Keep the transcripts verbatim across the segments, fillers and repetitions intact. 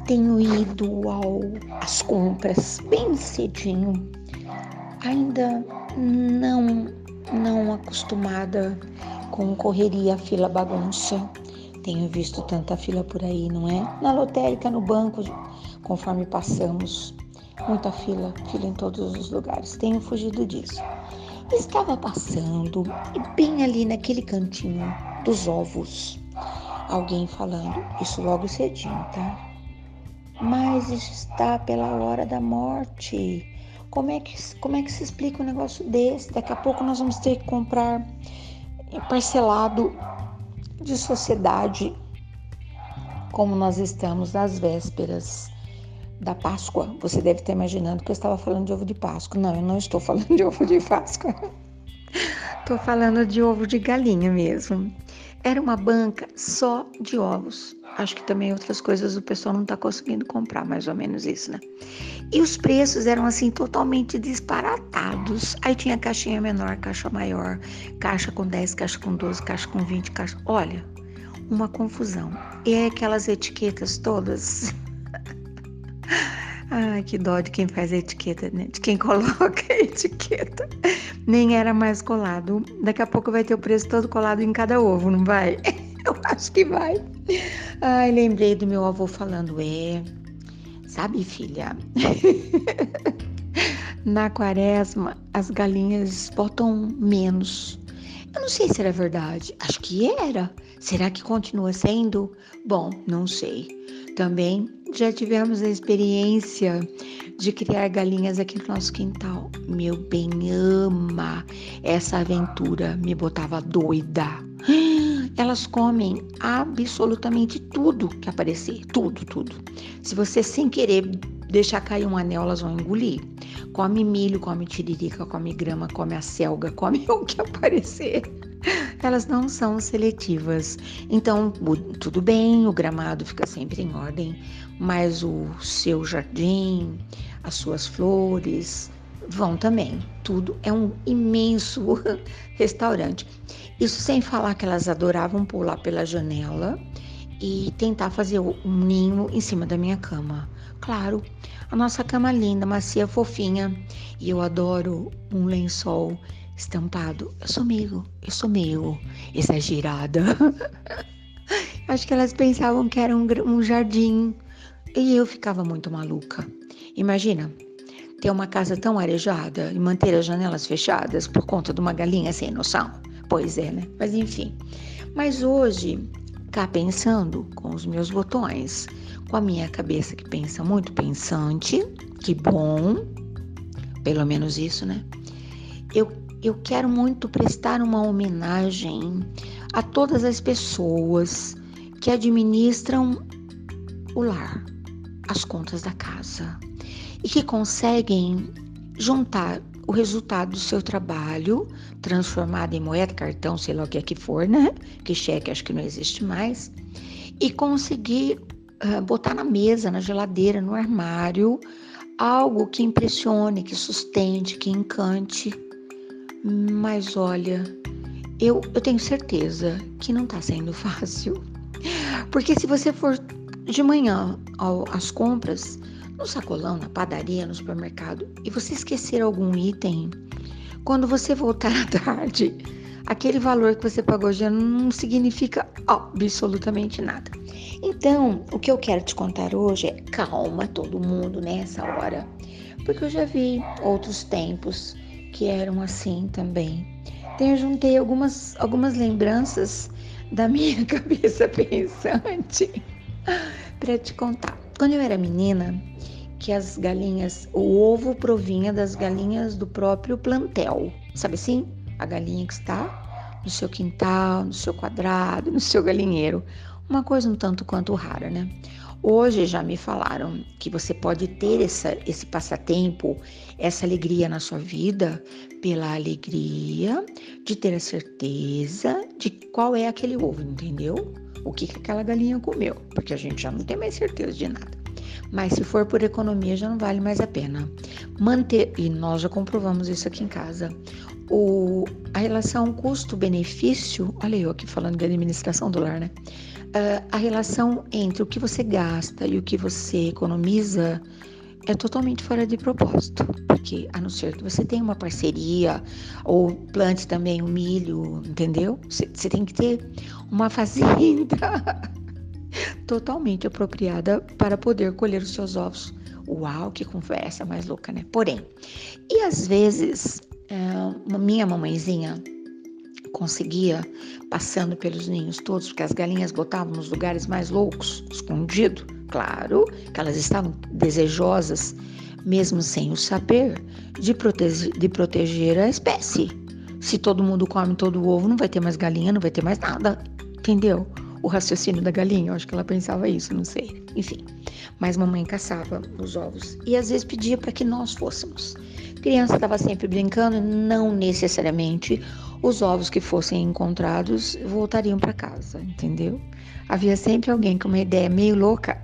tenho ido ao, às compras bem cedinho, ainda não, não acostumada com correria, fila, bagunça. Tenho visto tanta fila por aí, não é? Na lotérica, no banco, conforme passamos. Muita fila, fila em todos os lugares. Tenho fugido disso. Estava passando e bem ali naquele cantinho dos ovos, alguém falando, isso logo cedinho, tá? Mas isso está pela hora da morte. Como é que, como é que se explica um negócio desse? Daqui a pouco nós vamos ter que comprar parcelado de sociedade, como nós estamos nas vésperas da Páscoa. Você deve estar imaginando que eu estava falando de ovo de Páscoa. Não, eu não estou falando de ovo de Páscoa. Estou falando de ovo de galinha mesmo. Era uma banca só de ovos. Acho que também outras coisas o pessoal não está conseguindo comprar, mais ou menos isso, né? E os preços eram assim totalmente disparatados. Aí tinha caixinha menor, caixa maior, caixa com dez, caixa com doze, caixa com vinte, caixa... Olha, uma confusão. E é aquelas etiquetas todas... Ai, que dó de quem faz a etiqueta, né? De quem coloca a etiqueta. Nem era mais colado. Daqui a pouco vai ter o preço todo colado em cada ovo, não vai? Eu acho que vai. Ai, lembrei do meu avô falando, é... Sabe, filha? Na quaresma, as galinhas botam menos. Eu não sei se era verdade. Acho que era. Será que continua sendo? Bom, não sei. Também já tivemos a experiência de criar galinhas aqui no nosso quintal. Meu bem ama essa aventura, me botava doida. Elas comem absolutamente tudo que aparecer, tudo, tudo. Se você sem querer deixar cair um anel, elas vão engolir. Come milho, come tiririca, come grama, come a selga, come o que aparecer. Elas não são seletivas. Então, tudo bem, o gramado fica sempre em ordem, mas o seu jardim, as suas flores vão também. Tudo é um imenso restaurante. Isso sem falar que elas adoravam pular pela janela e tentar fazer um ninho em cima da minha cama. Claro, a nossa cama linda, macia, fofinha. E eu adoro um lençol estampado. Eu sou meio, eu sou meio exagerada. Acho que elas pensavam que era um, um jardim. E eu ficava muito maluca. Imagina, ter uma casa tão arejada e manter as janelas fechadas por conta de uma galinha sem noção. Pois é, né? Mas enfim. Mas hoje, cá pensando com os meus botões, com a minha cabeça que pensa muito pensante, que bom, pelo menos isso, né? Eu, eu quero muito prestar uma homenagem a todas as pessoas que administram o lar, as contas da casa, e que conseguem juntar o resultado do seu trabalho, transformado em moeda, cartão, sei lá o que é que for, né? Que cheque acho que não existe mais, e conseguir uh, botar na mesa, na geladeira, no armário, algo que impressione, que sustente, que encante. Mas olha, eu, eu tenho certeza que não está sendo fácil. Porque se você for de manhã ao, às compras, no sacolão, na padaria, no supermercado, e você esquecer algum item, quando você voltar à tarde, aquele valor que você pagou já não significa absolutamente nada. Então, o que eu quero te contar hoje é calma todo mundo nessa hora, porque eu já vi outros tempos que eram assim também. Então, eu juntei algumas, algumas lembranças da minha cabeça pensante para te contar. Quando eu era menina, que as galinhas, o ovo provinha das galinhas do próprio plantel, sabe assim? A galinha que está no seu quintal, no seu quadrado, no seu galinheiro. Uma coisa um tanto quanto rara, né? Hoje já me falaram que você pode ter essa, esse passatempo, essa alegria na sua vida, pela alegria de ter a certeza de qual é aquele ovo, entendeu? O que, que aquela galinha comeu, porque a gente já não tem mais certeza de nada. Mas se for por economia, já não vale mais a pena. Manter, e nós já comprovamos isso aqui em casa, o, a relação custo-benefício, olha eu aqui falando de administração do lar, né? Uh, a relação entre o que você gasta e o que você economiza é totalmente fora de propósito, porque a não ser que você tenha uma parceria ou plante também o milho, entendeu? Você, você tem que ter uma fazenda totalmente apropriada para poder colher os seus ovos. Uau, que conversa mais louca, né? Porém, e às vezes, uh, minha mamãezinha conseguia, passando pelos ninhos todos, porque as galinhas botavam nos lugares mais loucos, escondido. Claro que elas estavam desejosas, mesmo sem o saber, de, protege, de proteger a espécie. Se todo mundo come todo o ovo, não vai ter mais galinha, não vai ter mais nada, entendeu? O raciocínio da galinha, eu acho que ela pensava isso, não sei. Enfim, mas mamãe caçava os ovos e às vezes pedia para que nós fôssemos. Criança estava sempre brincando, não necessariamente os ovos que fossem encontrados voltariam para casa, entendeu? Havia sempre alguém com uma ideia meio louca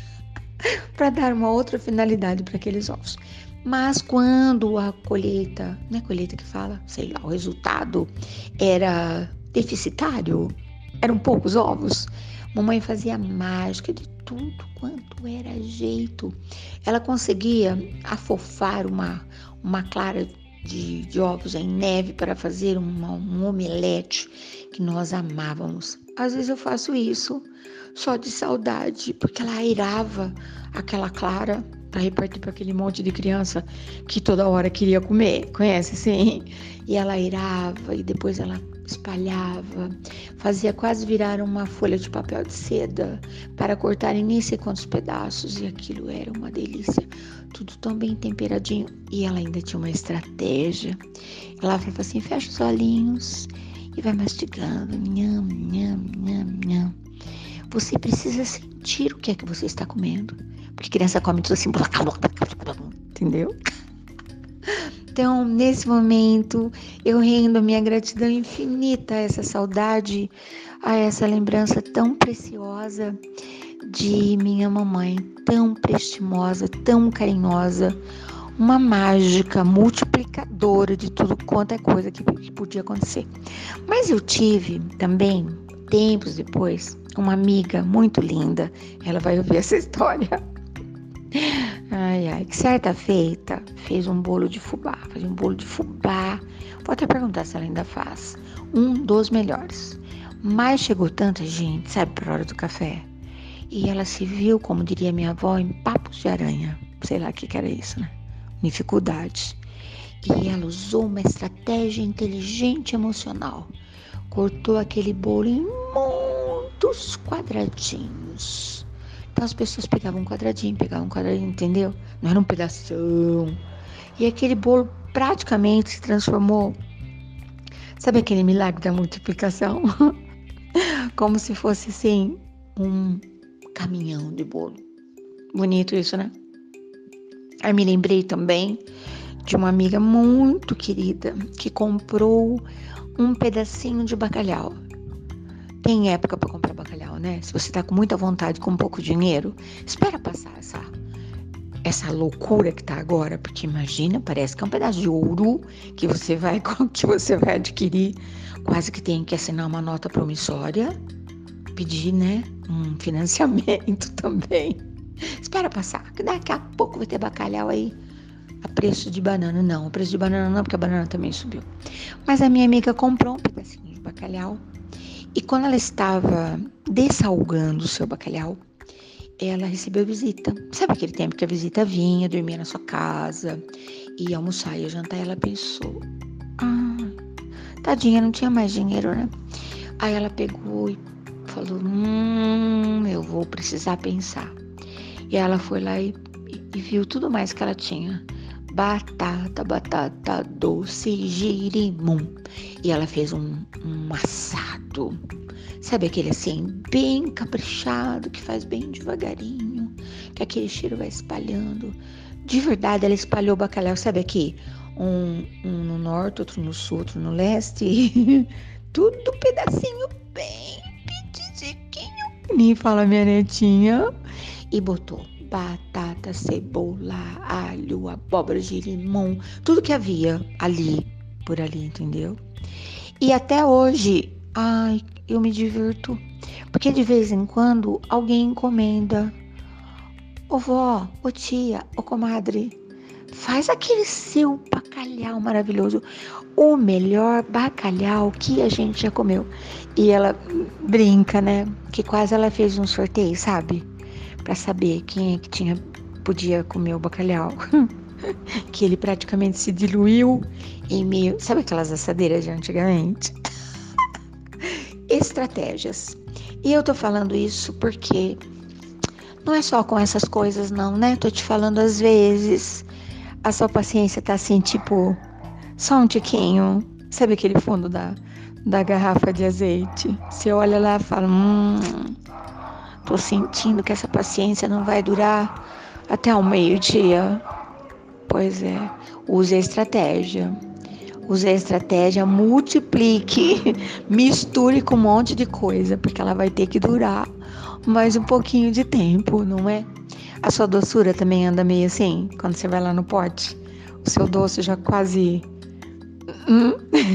para dar uma outra finalidade para aqueles ovos. Mas quando a colheita, não é colheita que fala, sei lá, o resultado era deficitário, eram poucos ovos, mamãe fazia mágica de tudo quanto era jeito. Ela conseguia afofar uma, uma clara de, de ovos em neve para fazer uma, um omelete que nós amávamos. Às vezes eu faço isso só de saudade, porque ela airava aquela clara para repartir para aquele monte de criança que toda hora queria comer, conhece assim? E ela airava e depois ela espalhava, fazia quase virar uma folha de papel de seda para cortar em nem sei quantos pedaços, e aquilo era uma delícia, tudo tão bem temperadinho. E ela ainda tinha uma estratégia. Ela falava assim: fecha os olhinhos e vai mastigando, nham, nham, nham, nham. Você precisa sentir o que é que você está comendo, porque criança come tudo assim, entendeu? Então, nesse momento, eu rendo a minha gratidão infinita a essa saudade, a essa lembrança tão preciosa de minha mamãe, tão prestimosa, tão carinhosa, uma mágica multiplicadora de tudo quanto é coisa que, que podia acontecer. Mas eu tive também, tempos depois, uma amiga muito linda, ela vai ouvir essa história. Ai, ai, que certa feita fez um bolo de fubá, fazia um bolo de fubá, vou até perguntar se ela ainda faz, um dos melhores. Mas chegou tanta gente, sabe, para a hora do café, e ela se viu, como diria minha avó, em papos de aranha, sei lá o que que era isso, né, dificuldade. E ela usou uma estratégia inteligente emocional, cortou aquele bolo em muitos quadradinhos. Então as pessoas pegavam um quadradinho, pegavam um quadradinho, entendeu? Não era um pedação. E aquele bolo praticamente se transformou, sabe aquele milagre da multiplicação? Como se fosse assim, um caminhão de bolo. Bonito isso, né? Aí me lembrei também de uma amiga muito querida que comprou um pedacinho de bacalhau. Tem época para comprar bacalhau, né? Se você tá com muita vontade, com pouco dinheiro, espera passar essa, essa loucura que tá agora, porque imagina, parece que é um pedaço de ouro que você vai, que você vai adquirir, quase que tem que assinar uma nota promissória, pedir, né, um financiamento também. Espera passar, que daqui a pouco vai ter bacalhau aí a preço de banana. Não, o preço de banana não, porque a banana também subiu. Mas a minha amiga comprou um pedacinho de bacalhau. E quando ela estava dessalgando o seu bacalhau, ela recebeu visita. Sabe aquele tempo que a visita vinha, dormia na sua casa, ia almoçar, ia jantar, e ela pensou: ah, tadinha, não tinha mais dinheiro, né? Aí ela pegou e falou: hum, eu vou precisar pensar. E ela foi lá e, e viu tudo mais que ela tinha. Batata, batata doce, girimum. E ela fez um, um assado. Sabe aquele assim, bem caprichado, que faz bem devagarinho, que aquele cheiro vai espalhando. De verdade, ela espalhou o bacalhau, sabe aqui? Um, um no norte, outro no sul, outro no leste. Tudo pedacinho bem pitiquinho. Nem fala minha netinha. E botou batata, cebola, alho, abóbora de limão, tudo que havia ali, por ali, entendeu? E até hoje, ai, eu me divirto, porque de vez em quando alguém encomenda: ô vó, ô tia, ô comadre, faz aquele seu bacalhau maravilhoso, o melhor bacalhau que a gente já comeu. E ela brinca, né? Que quase ela fez um sorteio, sabe? Pra saber quem é que tinha, podia comer o bacalhau. Que ele praticamente se diluiu em meio... Sabe aquelas assadeiras de antigamente? Estratégias. E eu tô falando isso porque não é só com essas coisas, não, né? Tô te falando às vezes. A sua paciência tá assim, tipo, só um tiquinho. Sabe aquele fundo da, da garrafa de azeite? Você olha lá e fala, hum, tô sentindo que essa paciência não vai durar até o meio-dia. Pois é, use a estratégia. Use a estratégia, multiplique, misture com um monte de coisa, porque ela vai ter que durar mais um pouquinho de tempo, não é? A sua doçura também anda meio assim, quando você vai lá no pote. O seu doce já quase... Hum?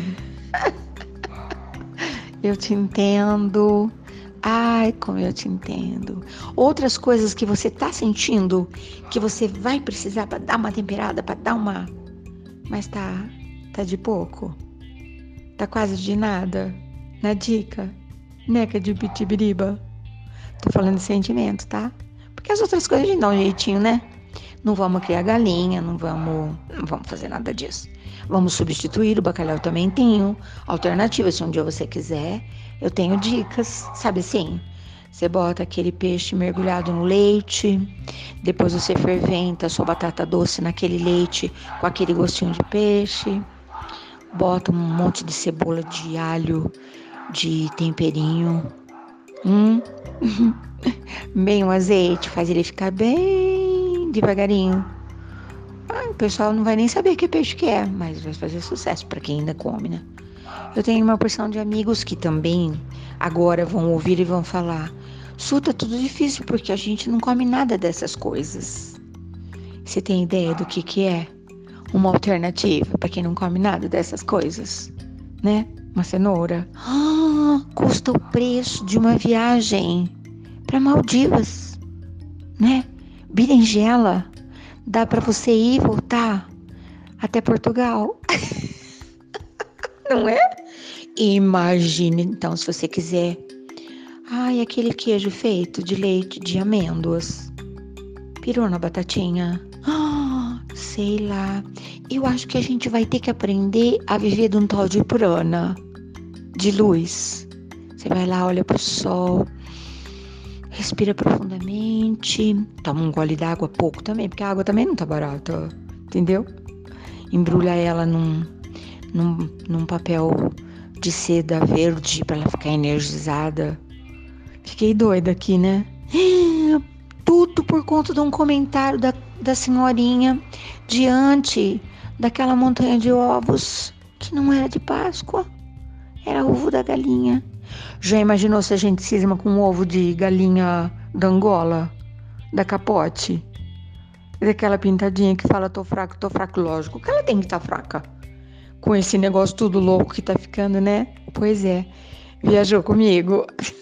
Eu te entendo. Ai, como eu te entendo. Outras coisas que você tá sentindo, que você vai precisar para dar uma temperada, para dar uma... Mas tá, tá de pouco. Tá quase de nada. Na dica, neca de pitibiriba. Tô falando de sentimento, tá? Porque as outras coisas a gente dá um jeitinho, né? Não vamos criar galinha, não vamos, não vamos fazer nada disso. Vamos substituir, o bacalhau eu também tenho alternativas, se um dia você quiser. Eu tenho dicas, sabe assim? Você bota aquele peixe mergulhado no leite, depois você ferventa a sua batata doce naquele leite com aquele gostinho de peixe. Bota um monte de cebola, de alho, de temperinho. Hum? Bem o azeite, faz ele ficar bem devagarinho. Ah, o pessoal não vai nem saber que peixe que é, mas vai fazer sucesso para quem ainda come, né? Eu tenho uma porção de amigos que também agora vão ouvir e vão falar: Su, tá tudo difícil porque a gente não come nada dessas coisas. Você tem ideia do que que é? Uma alternativa para quem não come nada dessas coisas, né? Uma cenoura. Ah, custa o preço de uma viagem para Maldivas, né? Berinjela, dá para você ir e voltar até Portugal. Não é? Imagine, então, se você quiser. Ai, aquele queijo feito de leite de amêndoas. Pirou na batatinha? Ah, sei lá. Eu acho que a gente vai ter que aprender a viver de um tal de prana, de luz. Você vai lá, olha pro sol, respira profundamente, toma um gole d'água pouco também, porque a água também não tá barata, entendeu? Embrulha ela num, num, num papel de seda verde para ela ficar energizada. Fiquei doida aqui, né? Tudo por conta de um comentário da, da senhorinha diante daquela montanha de ovos que não era de Páscoa, era ovo da galinha. Já imaginou se a gente cisma com um ovo de galinha da Angola, da capote? Daquela pintadinha que fala tô fraco, tô fraco, lógico que ela tem que estar tá fraca. Com esse negócio tudo louco que tá ficando, né? Pois é, viajou comigo.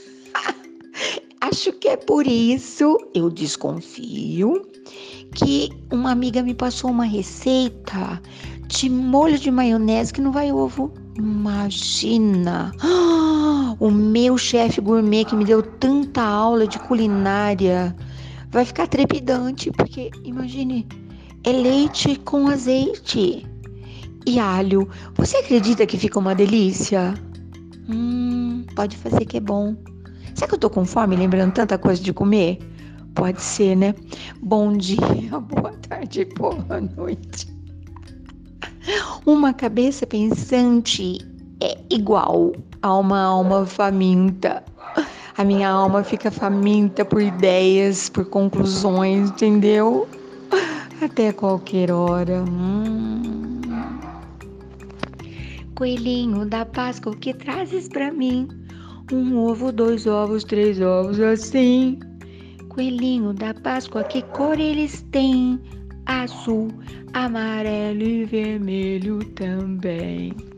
Acho que é por isso, eu desconfio, que uma amiga me passou uma receita de molho de maionese que não vai ovo. Imagina! Ah, o meu chefe gourmet que me deu tanta aula de culinária vai ficar trepidante, porque, imagine, é leite com azeite e alho. Você acredita que fica uma delícia? Hum, pode fazer que é bom. Será que eu tô com fome, lembrando tanta coisa de comer? Pode ser, né? Bom dia, boa tarde, boa noite. Uma cabeça pensante é igual a uma alma faminta. A minha alma fica faminta por ideias, por conclusões, entendeu? Até qualquer hora. Hum. Coelhinho da Páscoa, o que trazes pra mim? Um ovo, dois ovos, três ovos, assim. Coelhinho da Páscoa, que cor eles têm? Azul, amarelo e vermelho também.